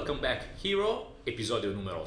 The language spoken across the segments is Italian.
Welcome back Hero, episodio numero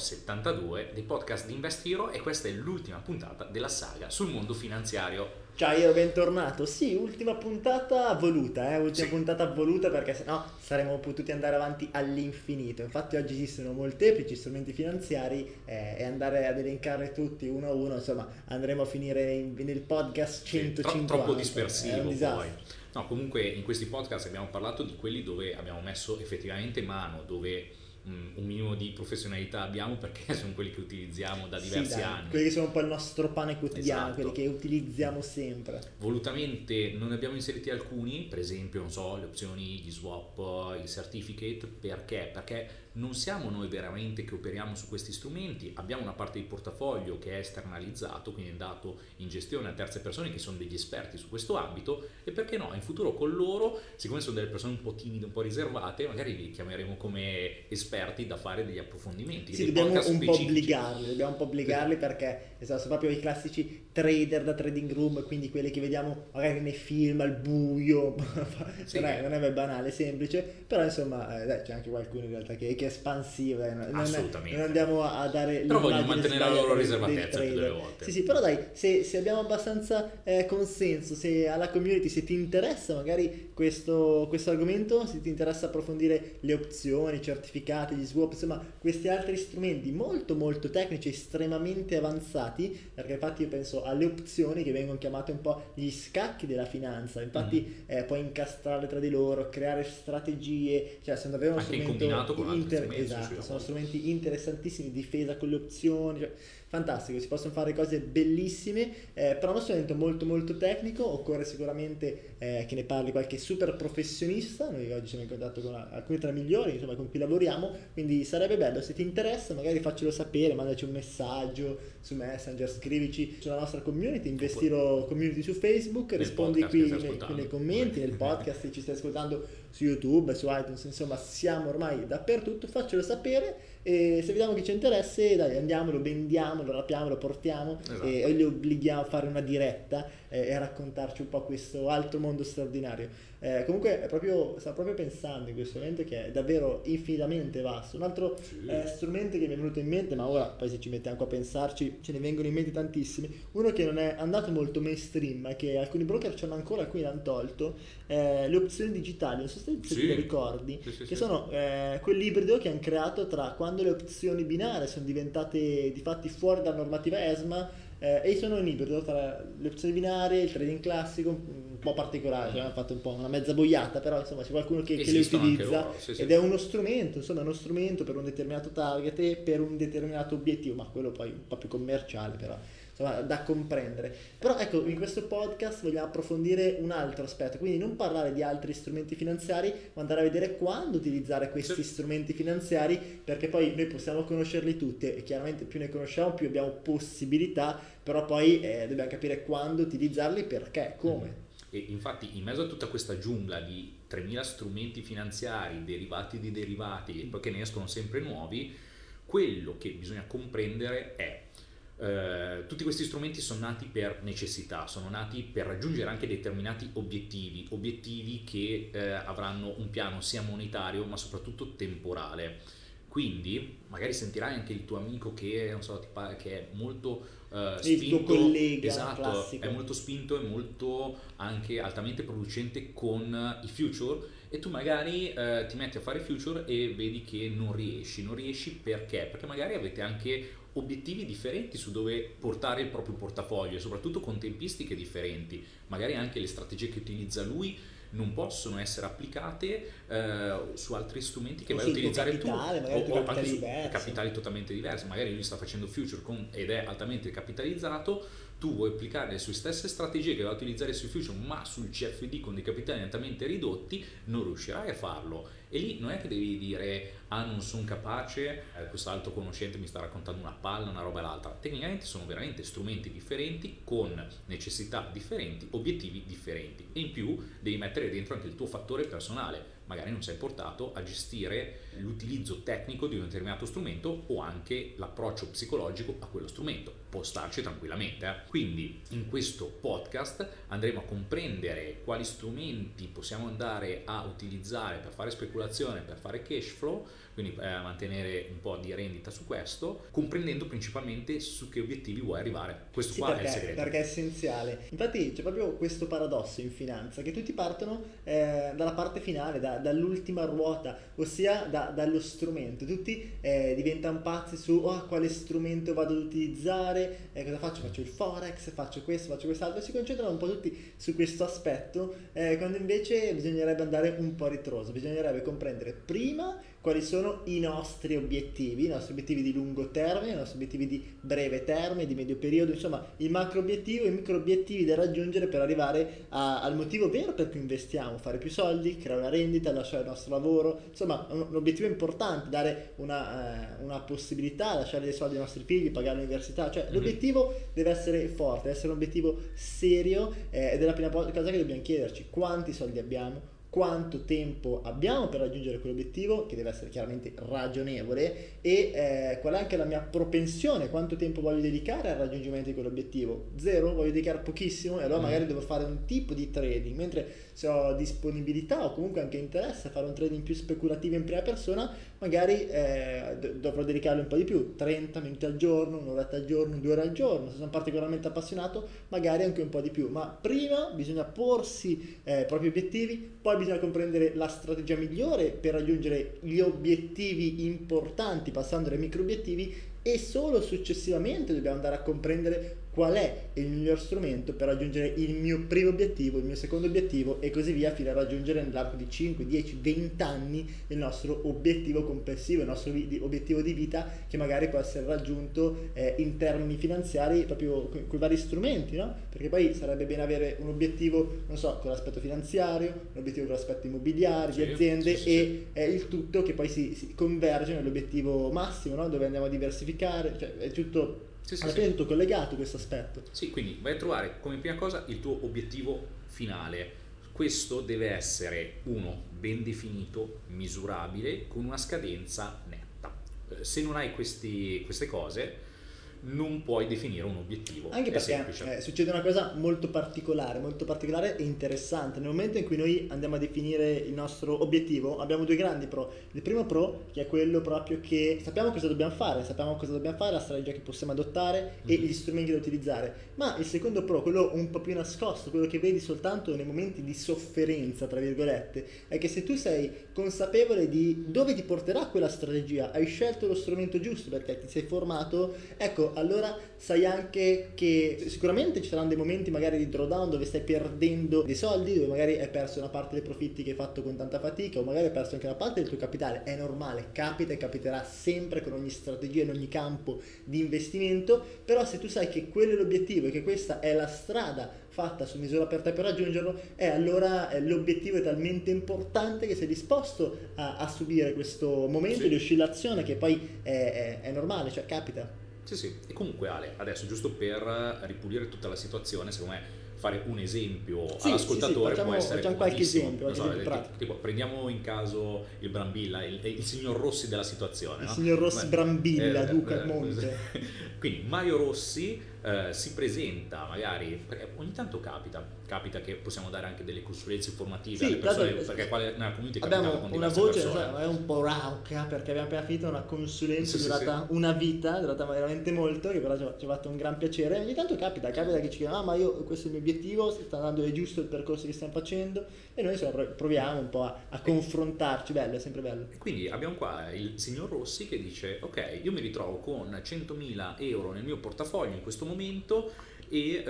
72 dei podcast di Invest Hero, e questa è l'ultima puntata della saga sul mondo finanziario. Ciao, io bentornato. Sì, ultima puntata voluta, puntata voluta perché sennò saremmo potuti andare avanti all'infinito. Infatti oggi esistono molteplici strumenti finanziari e andare ad elencare tutti uno a uno, insomma, andremo a finire nel podcast 150. Troppo dispersivo è un disastro. poi. No, comunque in questi podcast abbiamo parlato di quelli dove abbiamo messo effettivamente mano, dove un minimo di professionalità abbiamo, perché sono quelli che utilizziamo da diversi anni. Quelli che sono un po' il nostro pane quotidiano, Esatto. quelli che utilizziamo sempre. Volutamente non ne abbiamo inseriti alcuni, per esempio, non so, le opzioni, gli swap, il certificate, perché? Perché non siamo noi veramente che operiamo su questi strumenti, abbiamo una parte di portafoglio che è esternalizzato, quindi è dato in gestione a terze persone che sono degli esperti su questo ambito, e perché no, in futuro con loro, siccome sono delle persone un po' timide, un po' riservate, magari li chiameremo come esperti da fare degli approfondimenti. Sì, dei dobbiamo podcast un po' specifici. obbligarli perché sono proprio i classici trader da trading room, quindi quelli che vediamo magari nei film al buio. Sì. non è banale, semplice, però insomma dai, c'è anche qualcuno in realtà che è espansivo, Assolutamente. non andiamo a dare Però voglio l'immagine mantenere la sbagliata loro del riservatezza più trader. delle volte. Sì, però dai, se abbiamo abbastanza consenso, se alla community, se ti interessa magari questo argomento, se ti interessa approfondire le opzioni, i certificati, gli swap, insomma questi altri strumenti molto molto tecnici, estremamente avanzati, perché infatti io penso alle opzioni che vengono chiamate un po' gli scacchi della finanza, infatti puoi incastrare tra di loro, creare strategie, cioè sono davvero uno Anche in strumento combinato con altri strumenti, esatto, sì, sono strumenti interessantissimi, difesa con le opzioni, cioè, fantastico, si possono fare cose bellissime, però è uno strumento molto molto tecnico, occorre sicuramente che ne parli qualche super professionista, noi oggi siamo in contatto con alcuni tra i migliori, insomma, con cui lavoriamo, quindi sarebbe bello, se ti interessa magari faccelo sapere, mandaci un messaggio su Messenger, scrivici sulla nostra community, Investiro Community su Facebook, rispondi qui nei commenti, nel podcast, se ci stai ascoltando su YouTube, su iTunes, insomma siamo ormai dappertutto, faccelo sapere, e se vediamo che ci interessa, dai, andiamo, lo vendiamo, lo rapiamo, lo portiamo, esatto. E li obblighiamo a fare una diretta e a raccontarci un po' questo altro mondo straordinario. Comunque stavo proprio pensando in questo momento che è davvero infinitamente vasto. Un altro strumento che mi è venuto in mente, ma ora poi se ci mettiamo qua a pensarci ce ne vengono in mente tantissimi, uno che non è andato molto mainstream ma che alcuni broker ce l'hanno ancora, alcuni l'hanno tolto, le opzioni digitali, non so se ti ricordi, che sono quell'ibrido che hanno creato tra quando le opzioni binarie sono diventate di fatti fuori dalla normativa ESMA, e sono un ibrido tra le opzioni binarie, il trading classico, un po' particolare, cioè hanno fatto un po' una mezza boiata, però insomma c'è qualcuno che le utilizza loro, ed è uno strumento, insomma è uno strumento per un determinato target e per un determinato obiettivo, ma quello poi un po' più commerciale, però insomma da comprendere. Però ecco, in questo podcast vogliamo approfondire un altro aspetto, quindi non parlare di altri strumenti finanziari, ma andare a vedere quando utilizzare questi strumenti finanziari, perché poi noi possiamo conoscerli tutti e chiaramente più ne conosciamo più abbiamo possibilità, però poi dobbiamo capire quando utilizzarli, perché, come. E infatti in mezzo a tutta questa giungla di 3000 strumenti finanziari, derivati di derivati, e poi che ne escono sempre nuovi, quello che bisogna comprendere è tutti questi strumenti sono nati per necessità, sono nati per raggiungere anche determinati obiettivi che avranno un piano sia monetario ma soprattutto temporale. Quindi magari sentirai anche il tuo amico che non so, che è molto spinto, il tuo collega, esatto, classico. è molto spinto e molto anche altamente producente con i future, e tu magari ti metti a fare future e vedi che non riesci perché? Perché magari avete anche obiettivi differenti su dove portare il proprio portafoglio e soprattutto con tempistiche differenti, magari anche le strategie che utilizza lui non possono essere applicate su altri strumenti che vai a utilizzare tu, o anche su capitali totalmente diversi. Magari lui sta facendo future ed è altamente capitalizzato, tu vuoi applicare le sue stesse strategie che va a utilizzare sui future ma sul CFD con dei capitali nettamente ridotti, non riuscirai a farlo, e lì non è che devi dire non sono capace, quest'altro conoscente mi sta raccontando una palla, una roba e l'altra. Tecnicamente sono veramente strumenti differenti con necessità differenti, obiettivi differenti, e in più devi mettere dentro anche il tuo fattore personale. Magari non sei portato a gestire l'utilizzo tecnico di un determinato strumento o anche l'approccio psicologico a quello strumento, può starci tranquillamente. Quindi in questo podcast andremo a comprendere quali strumenti possiamo andare a utilizzare per fare speculazioni speculazione per fare cash flow, quindi mantenere un po' di rendita su questo, comprendendo principalmente su che obiettivi vuoi arrivare. Questo Sì, qua è il segreto. perché è essenziale. Infatti c'è proprio questo paradosso in finanza, che tutti partono dalla parte finale, dall'ultima ruota, ossia dallo strumento. Tutti diventano pazzi su quale strumento vado ad utilizzare, cosa faccio? Faccio il forex, faccio questo, faccio quest'altro, e si concentrano un po' tutti su questo aspetto, quando invece bisognerebbe andare un po' a ritroso, bisognerebbe comprendere prima quali sono i nostri obiettivi di lungo termine, i nostri obiettivi di breve termine, di medio periodo, insomma il macro obiettivo e i micro obiettivi da raggiungere per arrivare al motivo vero per cui investiamo, fare più soldi, creare una rendita, lasciare il nostro lavoro, insomma un obiettivo importante, dare una possibilità, lasciare dei soldi ai nostri figli, pagare l'università, cioè l'obiettivo deve essere forte, deve essere un obiettivo serio, ed è la prima cosa che dobbiamo chiederci: quanti soldi abbiamo, quanto tempo abbiamo per raggiungere quell'obiettivo, che deve essere chiaramente ragionevole, e qual è anche la mia propensione, quanto tempo voglio dedicare al raggiungimento di quell'obiettivo. Zero? Voglio dedicare pochissimo, e allora magari devo fare un tipo di trading, mentre se ho disponibilità o comunque anche interesse a fare un trading più speculativo in prima persona, magari dovrò dedicarlo un po' di più, 30 minuti al giorno, un'oretta al giorno, 2 ore al giorno. Se sono particolarmente appassionato, magari anche un po' di più, ma prima bisogna porsi i propri obiettivi, poi bisogna comprendere la strategia migliore per raggiungere gli obiettivi importanti, passando dai micro obiettivi, e solo successivamente dobbiamo andare a comprendere qual è il miglior strumento per raggiungere il mio primo obiettivo, il mio secondo obiettivo, e così via, fino a raggiungere nell'arco di 5, 10, 20 anni il nostro obiettivo complessivo, il nostro obiettivo di vita, che magari può essere raggiunto in termini finanziari proprio con i vari strumenti, no? Perché poi sarebbe bene avere un obiettivo, non so, con l'aspetto finanziario, un obiettivo con l'aspetto immobiliare, di aziende, e il tutto che poi si converge nell'obiettivo massimo, no? Dove andiamo a diversificare, cioè è tutto... alla fine è tutto collegato, questo aspetto. Sì, quindi vai a trovare come prima cosa il tuo obiettivo finale. Questo deve essere ben definito, misurabile, con una scadenza netta. Se non hai queste cose, non puoi definire un obiettivo. Anche perché succede una cosa molto particolare e interessante. Nel momento in cui noi andiamo a definire il nostro obiettivo, abbiamo due grandi pro. Il primo pro, che è quello proprio che sappiamo cosa dobbiamo fare, la strategia che possiamo adottare e gli strumenti da utilizzare. Ma il secondo pro, quello un po' più nascosto, quello che vedi soltanto nei momenti di sofferenza, tra virgolette, è che se tu sei consapevole di dove ti porterà quella strategia, hai scelto lo strumento giusto perché ti sei formato, ecco, allora sai anche che sicuramente ci saranno dei momenti magari di drawdown dove stai perdendo dei soldi, dove magari hai perso una parte dei profitti che hai fatto con tanta fatica, o magari hai perso anche una parte del tuo capitale. È normale, capita e capiterà sempre con ogni strategia, in ogni campo di investimento. Però se tu sai che quello è l'obiettivo e che questa è la strada fatta su misura per te per raggiungerlo, allora l'obiettivo è talmente importante che sei disposto a subire questo momento di oscillazione, che poi è normale, cioè capita. Sì, e comunque Ale, adesso giusto per ripulire tutta la situazione, secondo me fare un esempio all'ascoltatore può essere facciamo qualche esempio, tipo, prendiamo in caso il Brambilla, il signor Rossi della situazione, il no? signor Rossi Brambilla, Duca Monte. Quindi Mario Rossi si presenta magari, perché ogni tanto capita che possiamo dare anche delle consulenze informative alle persone, perché nella community abbiamo una voce è un po' rauca, perché abbiamo appena finito una consulenza durata una vita, durata veramente molto, che però ci ha fatto un gran piacere. Ogni tanto capita che ci chiediamo: ma io questo è il mio obiettivo, sta andando, è giusto il percorso che stiamo facendo, e noi proviamo un po' a confrontarci. Bello, è sempre bello. Quindi abbiamo qua il signor Rossi che dice: ok, io mi ritrovo con 100.000 euro nel mio portafoglio in questo momento e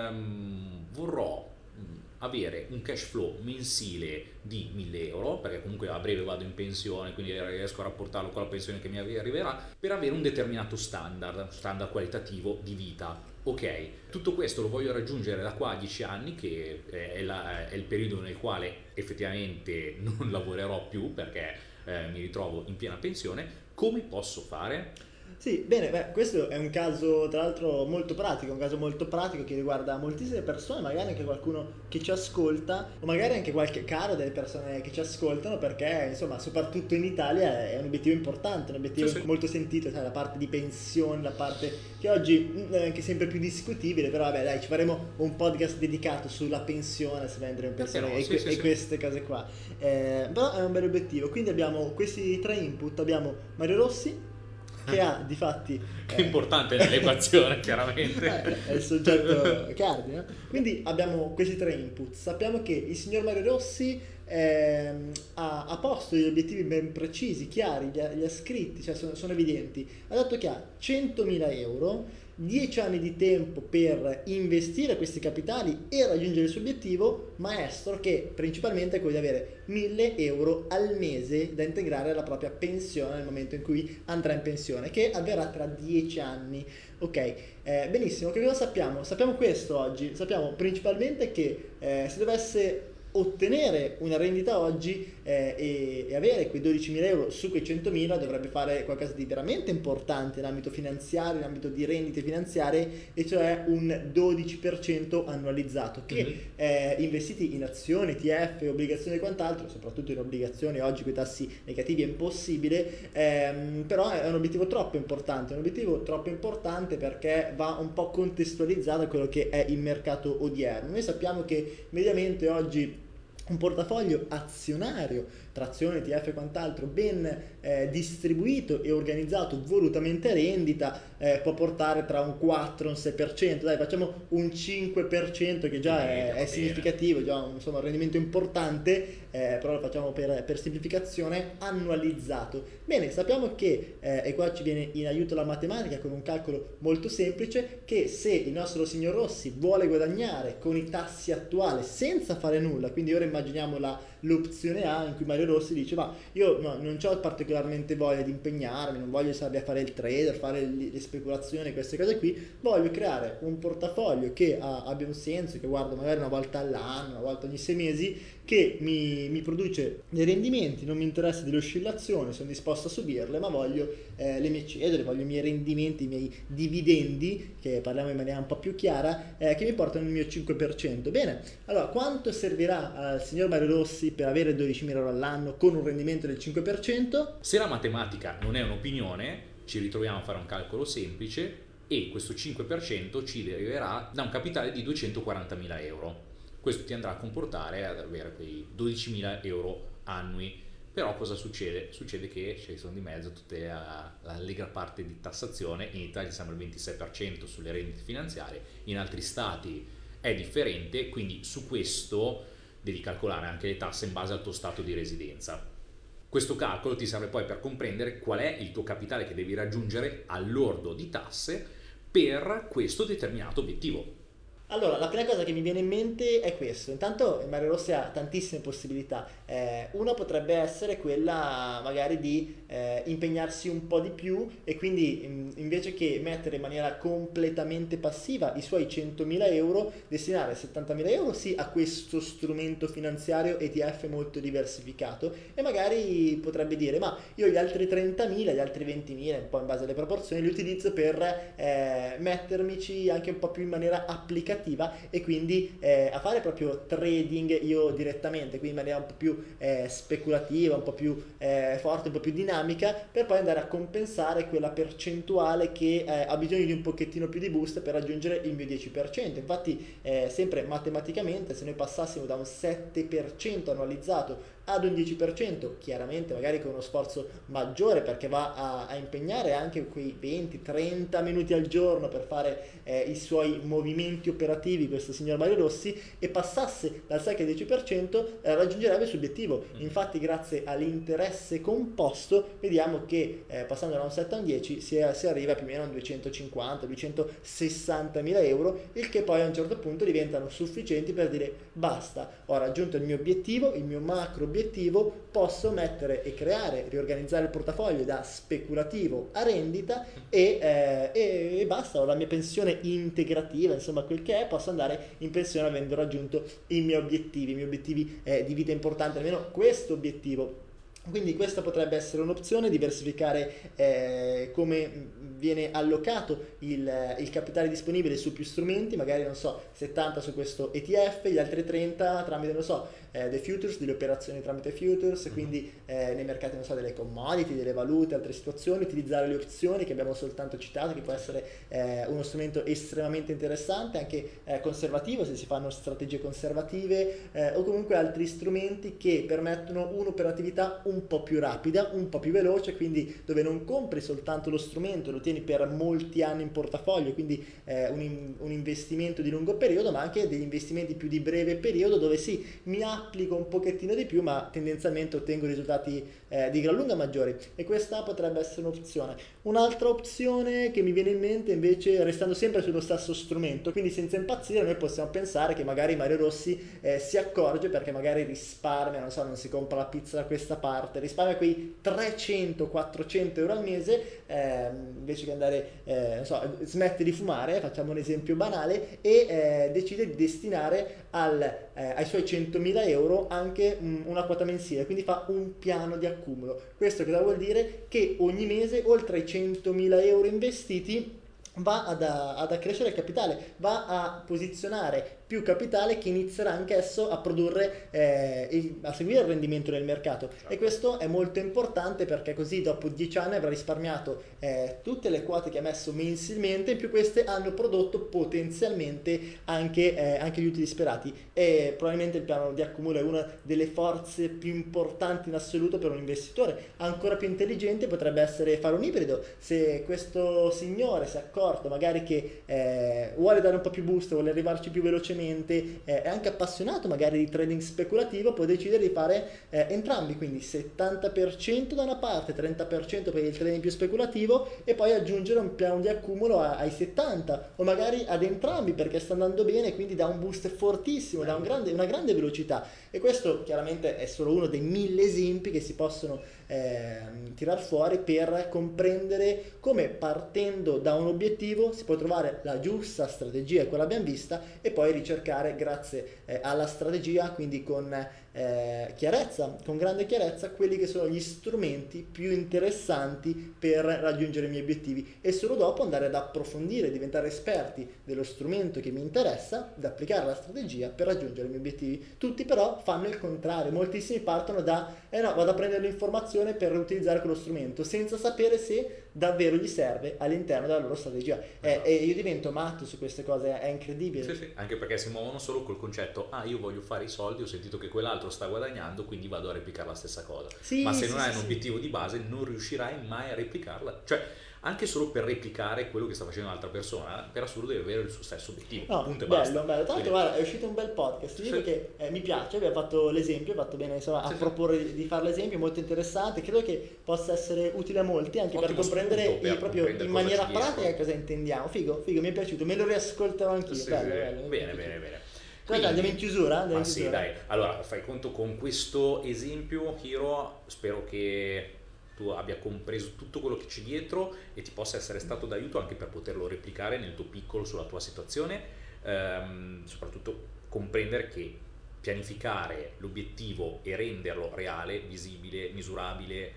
vorrò avere un cash flow mensile di 1.000 euro, perché comunque a breve vado in pensione, quindi riesco a rapportarlo con la pensione che mi arriverà, per avere un determinato standard qualitativo di vita. Ok, tutto questo lo voglio raggiungere da qua a 10 anni, che è il periodo nel quale effettivamente non lavorerò più, perché mi ritrovo in piena pensione. Come posso fare? Sì, bene, beh, questo è un caso tra l'altro molto pratico, un caso molto pratico che riguarda moltissime persone, magari anche qualcuno che ci ascolta, o magari anche qualche caro delle persone che ci ascoltano, perché insomma, soprattutto in Italia è un obiettivo importante, un Sì, obiettivo sì. molto sentito, sai, la parte di pensione, la parte che oggi è anche sempre più discutibile, però vabbè, dai, ci faremo un podcast dedicato sulla pensione, se vendere in Perché pensione no? Sì, sì, e sì. queste cose qua. Però è un bel obiettivo, quindi abbiamo questi tre input, abbiamo Mario Rossi, che ha di fatti Che è importante nell'equazione, chiaramente. è il soggetto cardine, no? Quindi abbiamo questi tre input. Sappiamo che il signor Mario Rossi ha posto degli obiettivi ben precisi, chiari, li ha scritti, cioè sono evidenti. Ha detto che ha 100.000 euro, 10 anni di tempo per investire questi capitali e raggiungere il suo obiettivo maestro, che principalmente è quello di avere 1.000 euro al mese da integrare alla propria pensione nel momento in cui andrà in pensione, che avverrà tra 10 anni. Ok, benissimo, che cosa sappiamo? Sappiamo questo oggi, sappiamo principalmente che se dovesse ottenere una rendita oggi e avere quei 12.000 euro su quei 100.000 dovrebbe fare qualcosa di veramente importante in ambito finanziario, in ambito di rendite finanziarie, e cioè un 12% annualizzato che Mhm. investiti in azioni, ETF, obbligazioni e quant'altro, soprattutto in obbligazioni oggi con i tassi negativi è impossibile, però è un obiettivo troppo importante, è un obiettivo troppo importante perché va un po' contestualizzato a quello che è il mercato odierno. Noi sappiamo che mediamente oggi un portafoglio azionario tra azioni, ETF e quant'altro ben distribuito e organizzato volutamente a rendita può portare tra un 4 e un 6%, dai, facciamo un 5% che In già media è va bene. significativo, già insomma, un rendimento importante, però lo facciamo per semplificazione, annualizzato. Bene, sappiamo che, e qua ci viene in aiuto la matematica con un calcolo molto semplice, che se il nostro signor Rossi vuole guadagnare con i tassi attuali senza fare nulla, quindi ora immaginiamo l'opzione A in cui Mario Rossi dice ma io no, non ho particolarmente voglia di impegnarmi, non voglio sarebbe a fare il trader, fare le speculazioni, queste cose qui, voglio creare un portafoglio che abbia un senso, che guardo magari una volta all'anno, una volta ogni 6 mesi, che mi produce dei rendimenti, non mi interessa delle oscillazioni, sono disposto a subirle, ma voglio le mie cedole, voglio i miei rendimenti, i miei dividendi, che parliamo in maniera un po' più chiara, che mi portano il mio 5%. Bene, allora quanto servirà al signor Mario Rossi per avere 12.000 euro all'anno con un rendimento del 5%? Se la matematica non è un'opinione, ci ritroviamo a fare un calcolo semplice e questo 5% ci deriverà da un capitale di 240.000 euro. Questo ti andrà a comportare ad avere quei 12.000 euro annui. Però cosa succede? Succede che ci sono di mezzo tutta l'allegra parte di tassazione. In Italia siamo al 26% sulle rendite finanziarie, in altri stati è differente, quindi su questo devi calcolare anche le tasse in base al tuo stato di residenza. Questo calcolo ti serve poi per comprendere qual è il tuo capitale che devi raggiungere all'ordo di tasse per questo determinato obiettivo. Allora, la prima cosa che mi viene in mente è questo. Intanto Mario Rossi ha tantissime possibilità. Una potrebbe essere quella magari di impegnarsi un po' di più e quindi invece che mettere in maniera completamente passiva i suoi 100.000 euro, destinare 70.000 euro sì a questo strumento finanziario ETF molto diversificato, e magari potrebbe dire ma io gli altri 30.000, gli altri 20.000, un po' in base alle proporzioni, li utilizzo per mettermici anche un po' più in maniera applicativa e quindi a fare proprio trading io direttamente, quindi in maniera un po' più speculativa, un po' più forte, un po' più dinamica, per poi andare a compensare quella percentuale che ha bisogno di un pochettino più di boost per raggiungere il mio 10%. Infatti sempre matematicamente, se noi passassimo da un 7% annualizzato ad un 10%, chiaramente magari con uno sforzo maggiore perché va a impegnare anche quei 20-30 minuti al giorno per fare i suoi movimenti operativi, questo signor Mario Rossi, e passasse dal 6 al 10%, raggiungerebbe il suo obiettivo. Infatti grazie all'interesse composto vediamo che passando da un 7 a un 10 si arriva più o meno a un 250-260 mila euro, il che poi a un certo punto diventano sufficienti per dire basta, ho raggiunto il mio obiettivo, il mio macro obiettivo, posso mettere e creare, riorganizzare il portafoglio da speculativo a rendita e basta, ho la mia pensione integrativa, insomma quel che è, posso andare in pensione avendo raggiunto i miei obiettivi di vita importanti, almeno questo obiettivo. Quindi questa potrebbe essere un'opzione, diversificare come viene allocato il capitale disponibile su più strumenti, magari non so, 70 su questo ETF, gli altri 30 tramite, non so, dei futures, delle operazioni tramite futures, quindi nei mercati, non so, delle commodity, delle valute, altre situazioni, utilizzare le opzioni che abbiamo soltanto citato, che può essere uno strumento estremamente interessante, anche conservativo se si fanno strategie conservative, o comunque altri strumenti che permettono un'operatività un po' più rapida, un po' più veloce, quindi dove non compri soltanto lo strumento, lo tieni per molti anni in portafoglio, quindi un investimento di lungo periodo, ma anche degli investimenti più di breve periodo dove sì, mi applico un pochettino di più, ma tendenzialmente ottengo risultati di gran lunga maggiori, e questa potrebbe essere un'opzione. Un'altra opzione che mi viene in mente invece, restando sempre sullo stesso strumento, quindi senza impazzire, noi possiamo pensare che magari Mario Rossi si accorge perché magari risparmia, non so, non si compra la pizza da questa parte, risparmia quei 300-400 euro al mese, invece che andare, non so, smette di fumare, facciamo un esempio banale, e decide di destinare ai suoi 100.000 euro anche una quota mensile, quindi fa un piano di accumulo. Questo cosa vuol dire? Che ogni mese, oltre ai 100.000 euro investiti, va ad accrescere il capitale, va a posizionare più capitale che inizierà anch'esso a produrre, a seguire il rendimento del mercato. E questo è molto importante perché così dopo 10 anni avrà risparmiato tutte le quote che ha messo mensilmente, in più queste hanno prodotto potenzialmente anche gli utili sperati, e probabilmente il piano di accumulo è una delle forze più importanti in assoluto per un investitore. Ancora più intelligente potrebbe essere fare un ibrido. Se questo signore si è accorto magari che vuole dare un po' più boost, vuole arrivarci più velocemente, è anche appassionato magari di trading speculativo, può decidere di fare entrambi, quindi 70% da una parte, 30% per il trading più speculativo, e poi aggiungere un piano di accumulo ai 70, o magari ad entrambi perché sta andando bene, quindi dà un boost fortissimo, dà una grande velocità. E questo chiaramente è solo uno dei 1000 esempi che si possono tirar fuori per comprendere come, partendo da un obiettivo, si può trovare la giusta strategia, quella abbiamo vista, e poi ricercare, grazie alla strategia, quindi con chiarezza, con grande chiarezza, quelli che sono gli strumenti più interessanti per raggiungere i miei obiettivi, e solo dopo andare ad approfondire, diventare esperti dello strumento che mi interessa, da applicare la strategia per raggiungere i miei obiettivi. Tutti però fanno il contrario, moltissimi partono da no, vado a prendere l'informazione per utilizzare quello strumento senza sapere se davvero gli serve all'interno della loro strategia. E io divento matto su queste cose, è incredibile. Sì, sì, anche perché si muovono solo col concetto: ah, io voglio fare i soldi, ho sentito che quell'altro sta guadagnando, quindi vado a replicare la stessa cosa. Sì, ma se sì, non sì, hai un sì. obiettivo di base non riuscirai mai a replicarla, cioè anche solo per replicare quello che sta facendo un'altra persona, per assurdo deve avere il suo stesso obiettivo, No, punto e bello, basta. bello. Tra l'altro, Quindi, guarda, è uscito un bel podcast. Ti dico sì, che mi piace, abbiamo fatto l'esempio, hai fatto bene, insomma, a sì, sì. proporre di fare l'esempio, molto interessante. Credo che possa essere utile a molti, anche per Ottimo comprendere spunto per proprio comprendere in cosa maniera c'è dietro. pratica cosa intendiamo. Figo, figo, mi è piaciuto, me lo riascolterò anch'io. Sì, Bello, sì, bello. bene, bene, bene. Guarda, andiamo in chiusura? Andiamo Ma in sì, chiusura. dai. Allora, fai conto con questo esempio, Hiro, spero che tu abbia compreso tutto quello che c'è dietro e ti possa essere stato d'aiuto anche per poterlo replicare nel tuo piccolo sulla tua situazione. Soprattutto comprendere che pianificare l'obiettivo e renderlo reale, visibile, misurabile,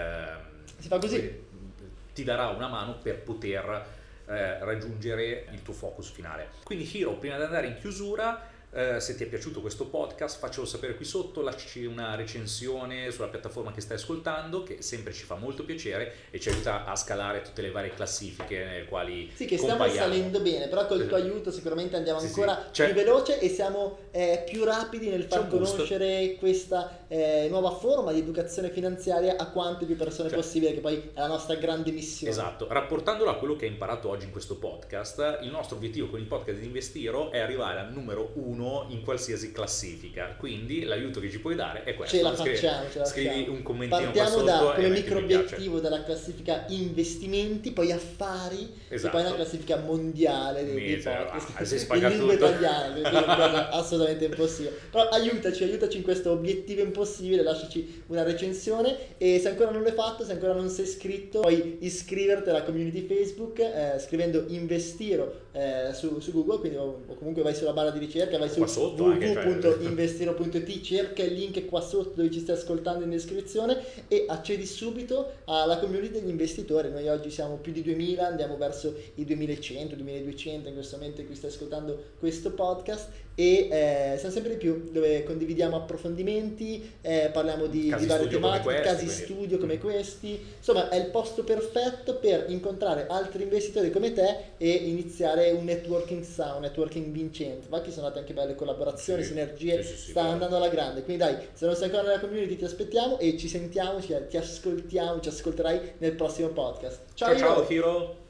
Si fa così. ti darà una mano per poter raggiungere il tuo focus finale. Quindi Hiro, prima di andare in chiusura, se ti è piaciuto questo podcast, faccelo sapere qui sotto, lasciaci una recensione sulla piattaforma che stai ascoltando, che sempre ci fa molto piacere e ci aiuta a scalare tutte le varie classifiche nelle quali Sì, che stiamo compariamo. salendo bene, però col tuo aiuto sicuramente andiamo Sì, ancora sì. più veloce e siamo più rapidi nel C'è far un boost. conoscere questa nuova forma di educazione finanziaria a quante più persone possibile, che poi è la nostra grande missione. Esatto, rapportandolo a quello che hai imparato oggi in questo podcast, il nostro obiettivo con il podcast di Investiro è arrivare al numero 1 in qualsiasi classifica, quindi l'aiuto che ci puoi dare è questo. Ce la facciamo. Scrivi un commentino qua Partiamo sotto come e micro metti mi piace. obiettivo dalla classifica investimenti, poi affari, Esatto. e poi una classifica mondiale dei podcast. Sei In spagato lingua tutto. italiana, quindi è una cosa assolutamente impossibile. Però aiutaci in questo obiettivo impossibile, lasciaci una recensione, e se ancora non l'hai fatto, se ancora non sei iscritto, puoi iscriverti alla community Facebook scrivendo Investiro su Google, quindi o comunque vai sulla barra di ricerca, vai su qua sotto anche, cioè. www.investiro.it, cerca il link qua sotto dove ci stai ascoltando in descrizione e accedi subito alla community degli investitori. Noi oggi siamo più di 2000, andiamo verso i 2100, 2200 in questo momento in cui stai ascoltando questo podcast, e siamo sempre di più, dove condividiamo approfondimenti, parliamo di varie tematiche, casi studio come questi. Insomma, è il posto perfetto per incontrare altri investitori come te e iniziare un networking sano, un networking vincente. Infatti sono nate anche belle collaborazioni, sinergie, sta andando alla grande. Quindi dai, se non sei ancora nella community ti aspettiamo e ci sentiamo, ti ascoltiamo, ci ascolterai nel prossimo podcast. Ciao Hiro!